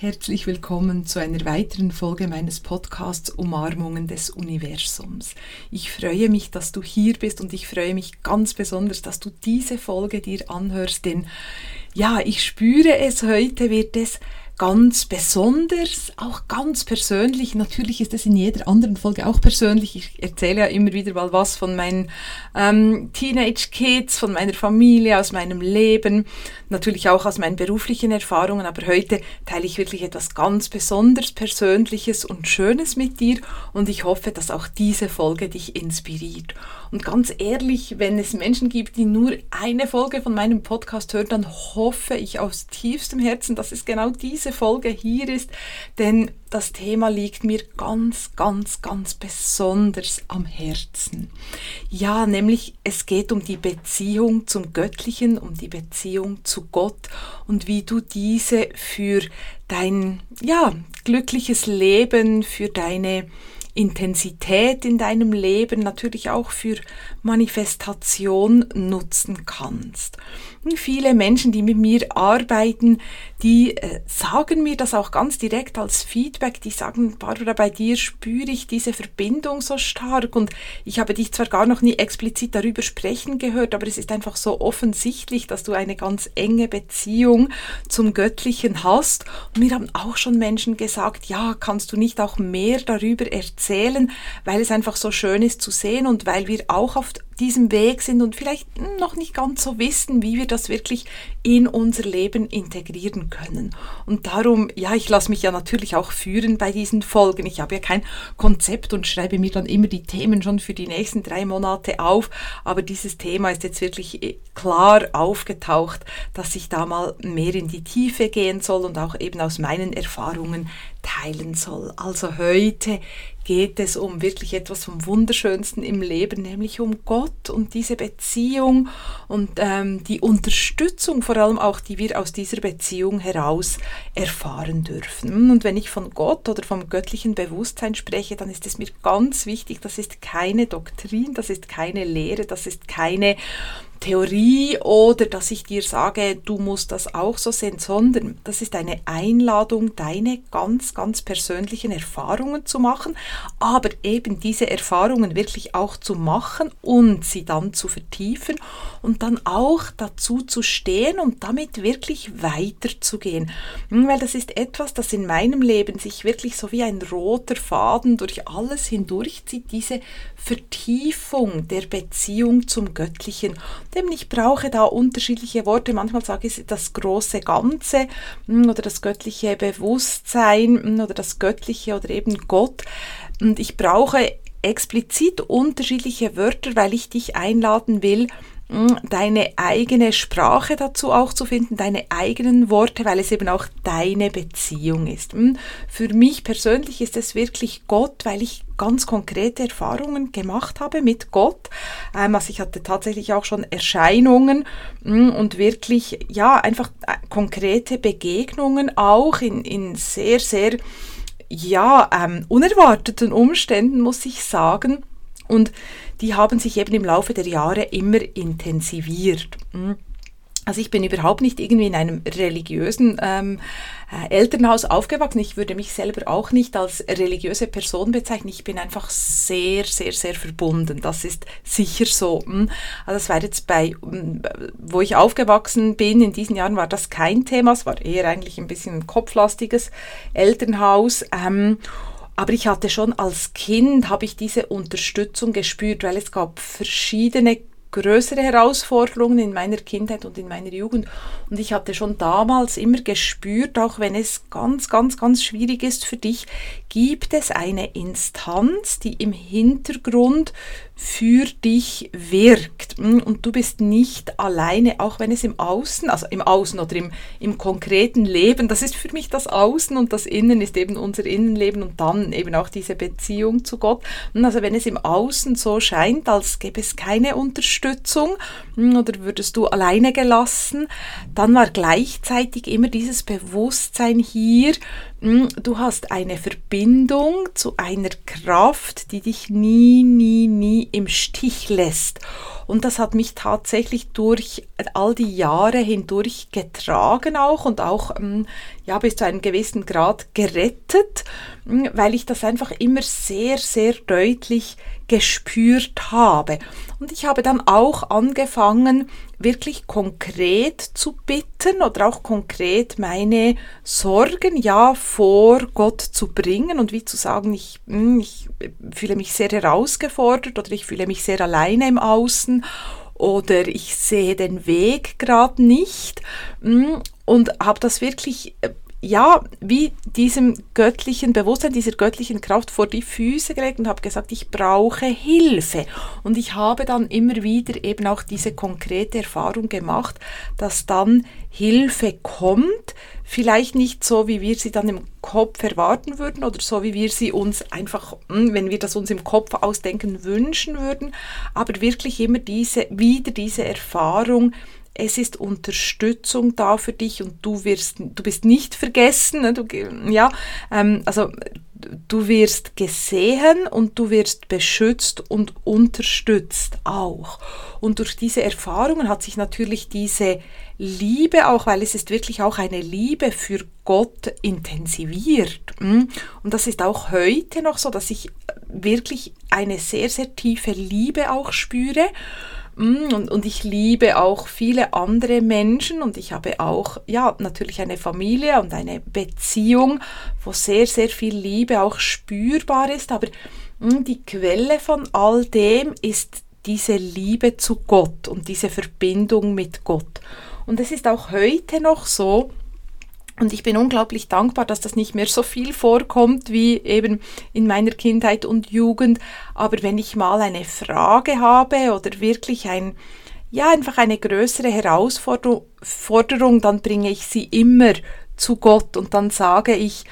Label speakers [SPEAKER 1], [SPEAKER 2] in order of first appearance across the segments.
[SPEAKER 1] Herzlich willkommen zu einer weiteren Folge meines Podcasts Umarmungen des Universums. Ich freue mich, dass du hier bist und ich freue mich ganz besonders, dass du diese Folge dir anhörst, denn ja, ich spüre es, heute wird es ganz besonders, auch ganz persönlich. Natürlich ist es in jeder anderen Folge auch persönlich. Ich erzähle ja immer wieder mal was von meinen Teenage-Kids, von meiner Familie, aus meinem Leben, natürlich auch aus meinen beruflichen Erfahrungen. Aber heute teile ich wirklich etwas ganz besonders Persönliches und Schönes mit dir und ich hoffe, dass auch diese Folge dich inspiriert. Und ganz ehrlich, wenn es Menschen gibt, die nur eine Folge von meinem Podcast hören, dann hoffe ich aus tiefstem Herzen, dass es genau diese Folge hier ist, denn das Thema liegt mir ganz besonders am Herzen. Ja, nämlich es geht um die Beziehung zum Göttlichen, um die Beziehung zu Gott und wie du diese für dein glückliches Leben, für deine Intensität in deinem Leben, natürlich auch für Manifestation nutzen kannst. Und viele Menschen, die mit mir arbeiten, die sagen mir das auch ganz direkt als Feedback. Die sagen, Barbara, bei dir spüre ich diese Verbindung so stark und ich habe dich zwar gar noch nie explizit darüber sprechen gehört, aber es ist einfach so offensichtlich, dass du eine ganz enge Beziehung zum Göttlichen hast. Und mir haben auch schon Menschen gesagt, ja, kannst du nicht auch mehr darüber erzählen, weil es einfach so schön ist zu sehen und weil wir auch auf diesem Weg sind und vielleicht noch nicht ganz so wissen, wie wir das wirklich in unser Leben integrieren können. Und darum, ja, ich lasse mich ja natürlich auch führen bei diesen Folgen. Ich habe ja kein Konzept und schreibe mir dann immer die Themen schon für die nächsten 3 Monate auf, aber dieses Thema ist jetzt wirklich klar aufgetaucht, dass ich da mal mehr in die Tiefe gehen soll und auch eben aus meinen Erfahrungen teilen soll. Also heute geht es um wirklich etwas vom Wunderschönsten im Leben, nämlich um Gott und diese Beziehung und die Unterstützung vor allem auch, die wir aus dieser Beziehung heraus erfahren dürfen. Und wenn ich von Gott oder vom göttlichen Bewusstsein spreche, dann ist es mir ganz wichtig, das ist keine Doktrin, das ist keine Lehre, das ist keine Theorie oder dass ich dir sage, du musst das auch so sehen, sondern das ist eine Einladung, deine ganz persönlichen Erfahrungen zu machen, aber eben diese Erfahrungen wirklich auch zu machen und sie dann zu vertiefen und dann auch dazu zu stehen und damit wirklich weiterzugehen. Weil das ist etwas, das in meinem Leben sich wirklich so wie ein roter Faden durch alles hindurchzieht, diese Vertiefung der Beziehung zum Göttlichen. Denn ich brauche da unterschiedliche Worte. Manchmal sage ich das große Ganze oder das göttliche Bewusstsein oder das Göttliche oder eben Gott. Und ich brauche explizit unterschiedliche Wörter, weil ich dich einladen will, deine eigene Sprache dazu auch zu finden, deine eigenen Worte, weil es eben auch deine Beziehung ist. Für mich persönlich ist es wirklich Gott, weil ich ganz konkrete Erfahrungen gemacht habe mit Gott. Also ich hatte tatsächlich auch schon Erscheinungen und wirklich, ja, einfach konkrete Begegnungen auch in sehr unerwarteten Umständen, muss ich sagen. Und die haben sich eben im Laufe der Jahre immer intensiviert. Also ich bin überhaupt nicht irgendwie in einem religiösen Elternhaus aufgewachsen. Ich würde mich selber auch nicht als religiöse Person bezeichnen. Ich bin einfach sehr verbunden. Das ist sicher so. Also das war jetzt wo ich aufgewachsen bin, in diesen Jahren war das kein Thema. Es war eher eigentlich ein bisschen ein kopflastiges Elternhaus. Aber ich hatte schon als Kind, habe ich diese Unterstützung gespürt, weil es gab verschiedene größere Herausforderungen in meiner Kindheit und in meiner Jugend. Und ich hatte schon damals immer gespürt, auch wenn es ganz schwierig ist für dich, gibt es eine Instanz, die im Hintergrund für dich wirkt. Und du bist nicht alleine, auch wenn es im Außen, also im Außen oder im konkreten Leben, das ist für mich das Außen und das Innen ist eben unser Innenleben und dann eben auch diese Beziehung zu Gott. Also wenn es im Außen so scheint, als gäbe es keine Unterstützung oder würdest du alleine gelassen, dann war gleichzeitig immer dieses Bewusstsein hier, du hast eine Verbindung zu einer Kraft, die dich nie im Stich lässt. Und das hat mich tatsächlich durch all die Jahre hindurch getragen auch und auch bis zu einem gewissen Grad gerettet, weil ich das einfach immer sehr, sehr deutlich gespürt habe. Und ich habe dann auch angefangen, wirklich konkret zu bitten oder auch konkret meine Sorgen vor Gott zu bringen und wie zu sagen, ich fühle mich sehr herausgefordert oder ich fühle mich sehr alleine im Außen oder ich sehe den Weg gerade nicht und habe das wirklich wie diesem göttlichen Bewusstsein, dieser göttlichen Kraft vor die Füße gelegt und habe gesagt, ich brauche Hilfe. Und ich habe dann immer wieder eben auch diese konkrete Erfahrung gemacht, dass dann Hilfe kommt, vielleicht nicht so, wie wir sie dann im Kopf erwarten würden oder so, wie wir sie uns einfach, wenn wir das uns im Kopf ausdenken, wünschen würden, aber wirklich immer diese Erfahrung, es ist Unterstützung da für dich und du bist nicht vergessen, ne? Du wirst gesehen und du wirst beschützt und unterstützt auch. Und durch diese Erfahrungen hat sich natürlich diese Liebe auch, weil es ist wirklich auch eine Liebe für Gott intensiviert. Und das ist auch heute noch so, dass ich wirklich eine sehr, sehr tiefe Liebe auch spüre. Und ich liebe auch viele andere Menschen und ich habe auch natürlich eine Familie und eine Beziehung, wo sehr, sehr viel Liebe auch spürbar ist, aber die Quelle von all dem ist diese Liebe zu Gott und diese Verbindung mit Gott. Und es ist auch heute noch so, und ich bin unglaublich dankbar, dass das nicht mehr so viel vorkommt wie eben in meiner Kindheit und Jugend. Aber wenn ich mal eine Frage habe oder wirklich einfach eine größere Herausforderung, dann bringe ich sie immer zu Gott und dann sage ich,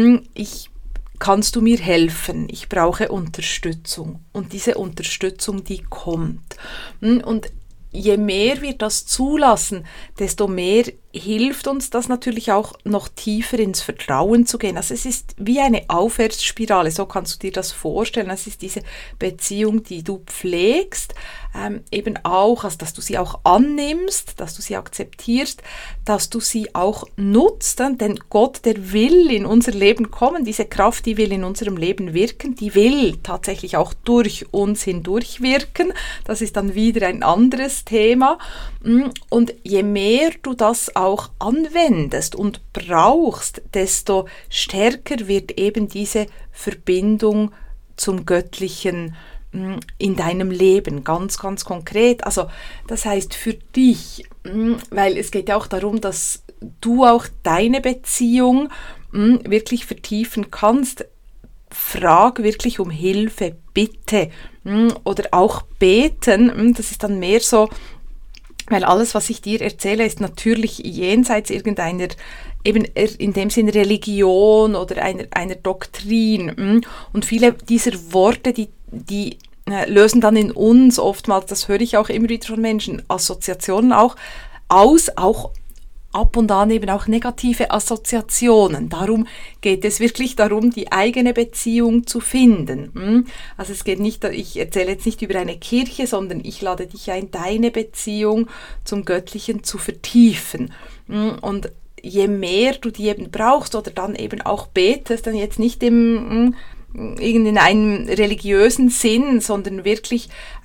[SPEAKER 1] kannst du mir helfen? Ich brauche Unterstützung. Und diese Unterstützung, die kommt. Und je mehr wir das zulassen, desto mehr hilft uns das natürlich auch noch tiefer ins Vertrauen zu gehen. Also es ist wie eine Aufwärtsspirale, so kannst du dir das vorstellen. Es ist diese Beziehung, die du pflegst, eben auch, also dass du sie auch annimmst, dass du sie akzeptierst, dass du sie auch nutzt, denn Gott, der will in unser Leben kommen, diese Kraft, die will in unserem Leben wirken, die will tatsächlich auch durch uns hindurch wirken. Das ist dann wieder ein anderes Thema. Und je mehr du das auch anwendest und brauchst, desto stärker wird eben diese Verbindung zum Göttlichen in deinem Leben, ganz, ganz konkret. Also das heißt für dich, weil es geht ja auch darum, dass du auch deine Beziehung wirklich vertiefen kannst, frag wirklich um Hilfe, bitte, oder auch beten, das ist dann mehr so, weil alles, was ich dir erzähle, ist natürlich jenseits irgendeiner, eben in dem Sinne Religion oder einer Doktrin. Und viele dieser Worte, die lösen dann in uns oftmals, das höre ich auch immer wieder von Menschen, Assoziationen auch aus, auch ab und an eben auch negative Assoziationen. Darum geht es wirklich darum, die eigene Beziehung zu finden. Also es geht nicht, ich erzähle jetzt nicht über eine Kirche, sondern ich lade dich ein, deine Beziehung zum Göttlichen zu vertiefen. Und je mehr du die eben brauchst oder dann eben auch betest, dann jetzt nicht in einem religiösen Sinn, sondern wirklich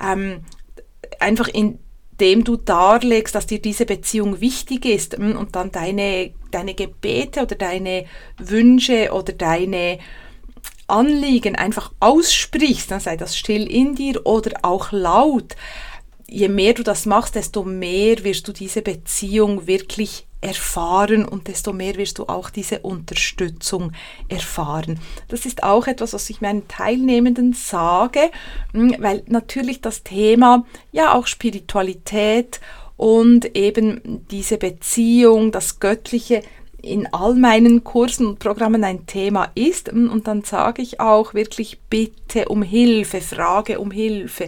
[SPEAKER 1] einfach indem du darlegst, dass dir diese Beziehung wichtig ist und dann deine Gebete oder deine Wünsche oder deine Anliegen einfach aussprichst, dann sei das still in dir oder auch laut. Je mehr du das machst, desto mehr wirst du diese Beziehung wirklich erfahren und desto mehr wirst du auch diese Unterstützung erfahren. Das ist auch etwas, was ich meinen Teilnehmenden sage, weil natürlich das Thema auch Spiritualität und eben diese Beziehung, das Göttliche in all meinen Kursen und Programmen ein Thema ist. Und dann sage ich auch wirklich, bitte um Hilfe, frage um Hilfe,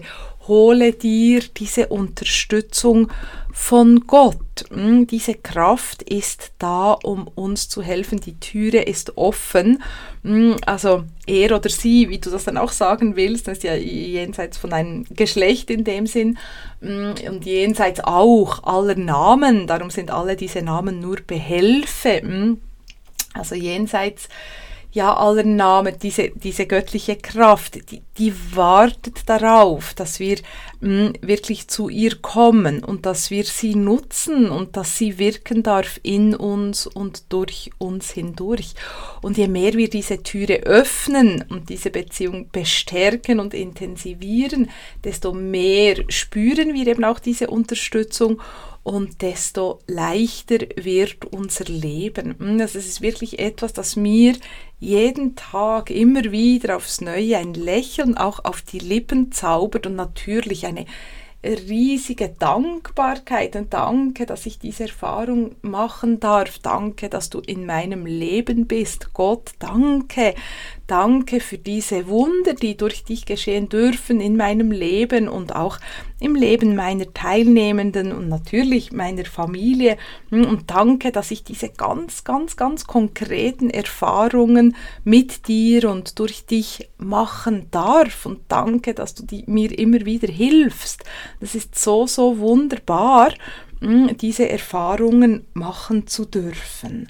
[SPEAKER 1] hole dir diese Unterstützung von Gott. Diese Kraft ist da, um uns zu helfen. Die Türe ist offen. Also er oder sie, wie du das dann auch sagen willst, das ist ja jenseits von einem Geschlecht in dem Sinn und jenseits auch aller Namen. Darum sind alle diese Namen nur Behelfe. Also jenseits aller Namen, diese göttliche Kraft, die wartet darauf, dass wir wirklich zu ihr kommen und dass wir sie nutzen und dass sie wirken darf in uns und durch uns hindurch. Und je mehr wir diese Türe öffnen und diese Beziehung bestärken und intensivieren, desto mehr spüren wir eben auch diese Unterstützung und desto leichter wird unser Leben. Also es ist wirklich etwas, das mir jeden Tag immer wieder aufs Neue ein Lächeln auch auf die Lippen zaubert und natürlich eine riesige Dankbarkeit und danke, dass ich diese Erfahrung machen darf. Danke, dass du in meinem Leben bist. Gott, danke. Danke für diese Wunder, die durch dich geschehen dürfen in meinem Leben und auch im Leben meiner Teilnehmenden und natürlich meiner Familie. Und danke, dass ich diese ganz, ganz, ganz konkreten Erfahrungen mit dir und durch dich machen darf. Und danke, dass du mir immer wieder hilfst. Das ist so, so wunderbar, diese Erfahrungen machen zu dürfen.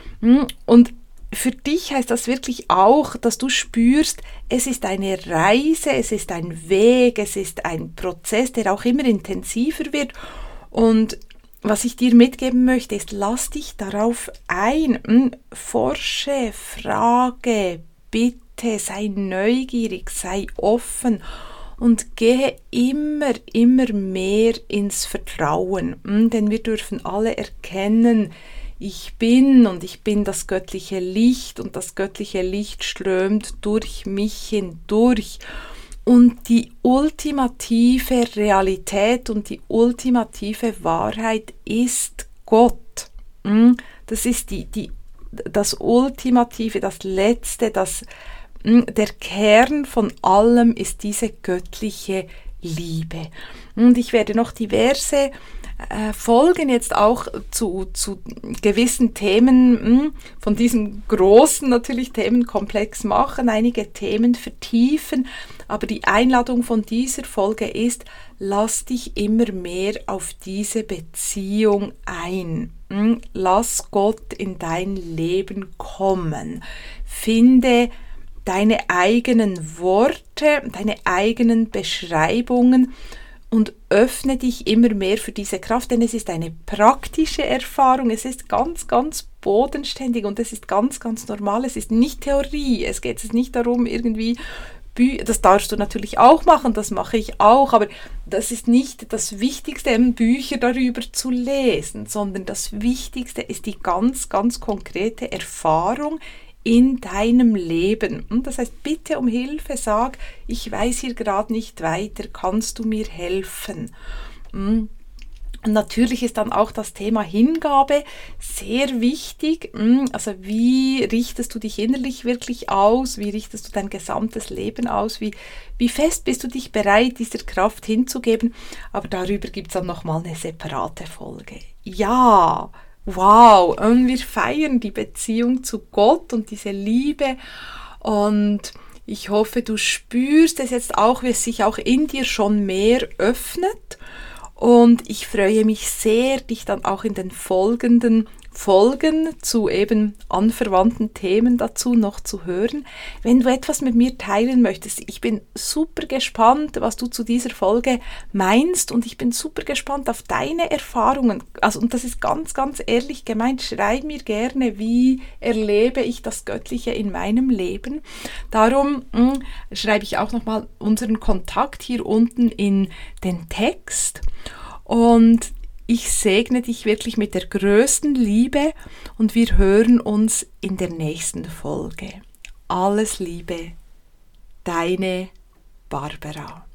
[SPEAKER 1] Und für dich heißt das wirklich auch, dass du spürst, es ist eine Reise, es ist ein Weg, es ist ein Prozess, der auch immer intensiver wird. Und was ich dir mitgeben möchte, ist, lass dich darauf ein. Forsche, frage, bitte, sei neugierig, sei offen und gehe immer mehr ins Vertrauen. Denn wir dürfen alle erkennen, ich bin das göttliche Licht und das göttliche Licht strömt durch mich hindurch. Und die ultimative Realität und die ultimative Wahrheit ist Gott. Das ist das Ultimative, das Letzte, der Kern von allem ist diese göttliche Liebe. Und ich werde noch diverse Folgen jetzt auch zu gewissen Themen von diesem großen natürlich Themenkomplex machen, einige Themen vertiefen, aber die Einladung von dieser Folge ist, lass dich immer mehr auf diese Beziehung ein. Lass Gott in dein Leben kommen. Finde deine eigenen Worte, deine eigenen Beschreibungen und öffne dich immer mehr für diese Kraft, denn es ist eine praktische Erfahrung, es ist ganz, ganz bodenständig und es ist ganz, ganz normal, es ist nicht Theorie, es geht jetzt nicht darum, irgendwie, das darfst du natürlich auch machen, das mache ich auch, aber das ist nicht das Wichtigste, Bücher darüber zu lesen, sondern das Wichtigste ist die ganz, ganz konkrete Erfahrung in deinem Leben. Und das heißt, bitte um Hilfe, sag, ich weiß hier gerade nicht weiter, kannst du mir helfen? Und natürlich ist dann auch das Thema Hingabe sehr wichtig. Also wie richtest du dich innerlich wirklich aus? Wie richtest du dein gesamtes Leben aus? Wie fest bist du dich bereit, dieser Kraft hinzugeben? Aber darüber gibt es dann nochmal eine separate Folge. Ja, wow, und wir feiern die Beziehung zu Gott und diese Liebe und ich hoffe, du spürst es jetzt auch, wie es sich auch in dir schon mehr öffnet und ich freue mich sehr, dich dann auch in den folgenden Folgen zu eben anverwandten Themen dazu noch zu hören. Wenn du etwas mit mir teilen möchtest, ich bin super gespannt, was du zu dieser Folge meinst und ich bin super gespannt auf deine Erfahrungen. Also, und das ist ganz, ganz ehrlich gemeint, schreib mir gerne, wie erlebe ich das Göttliche in meinem Leben. Darum schreibe ich auch nochmal unseren Kontakt hier unten in den Text und ich segne dich wirklich mit der größten Liebe und wir hören uns in der nächsten Folge. Alles Liebe, deine Barbara.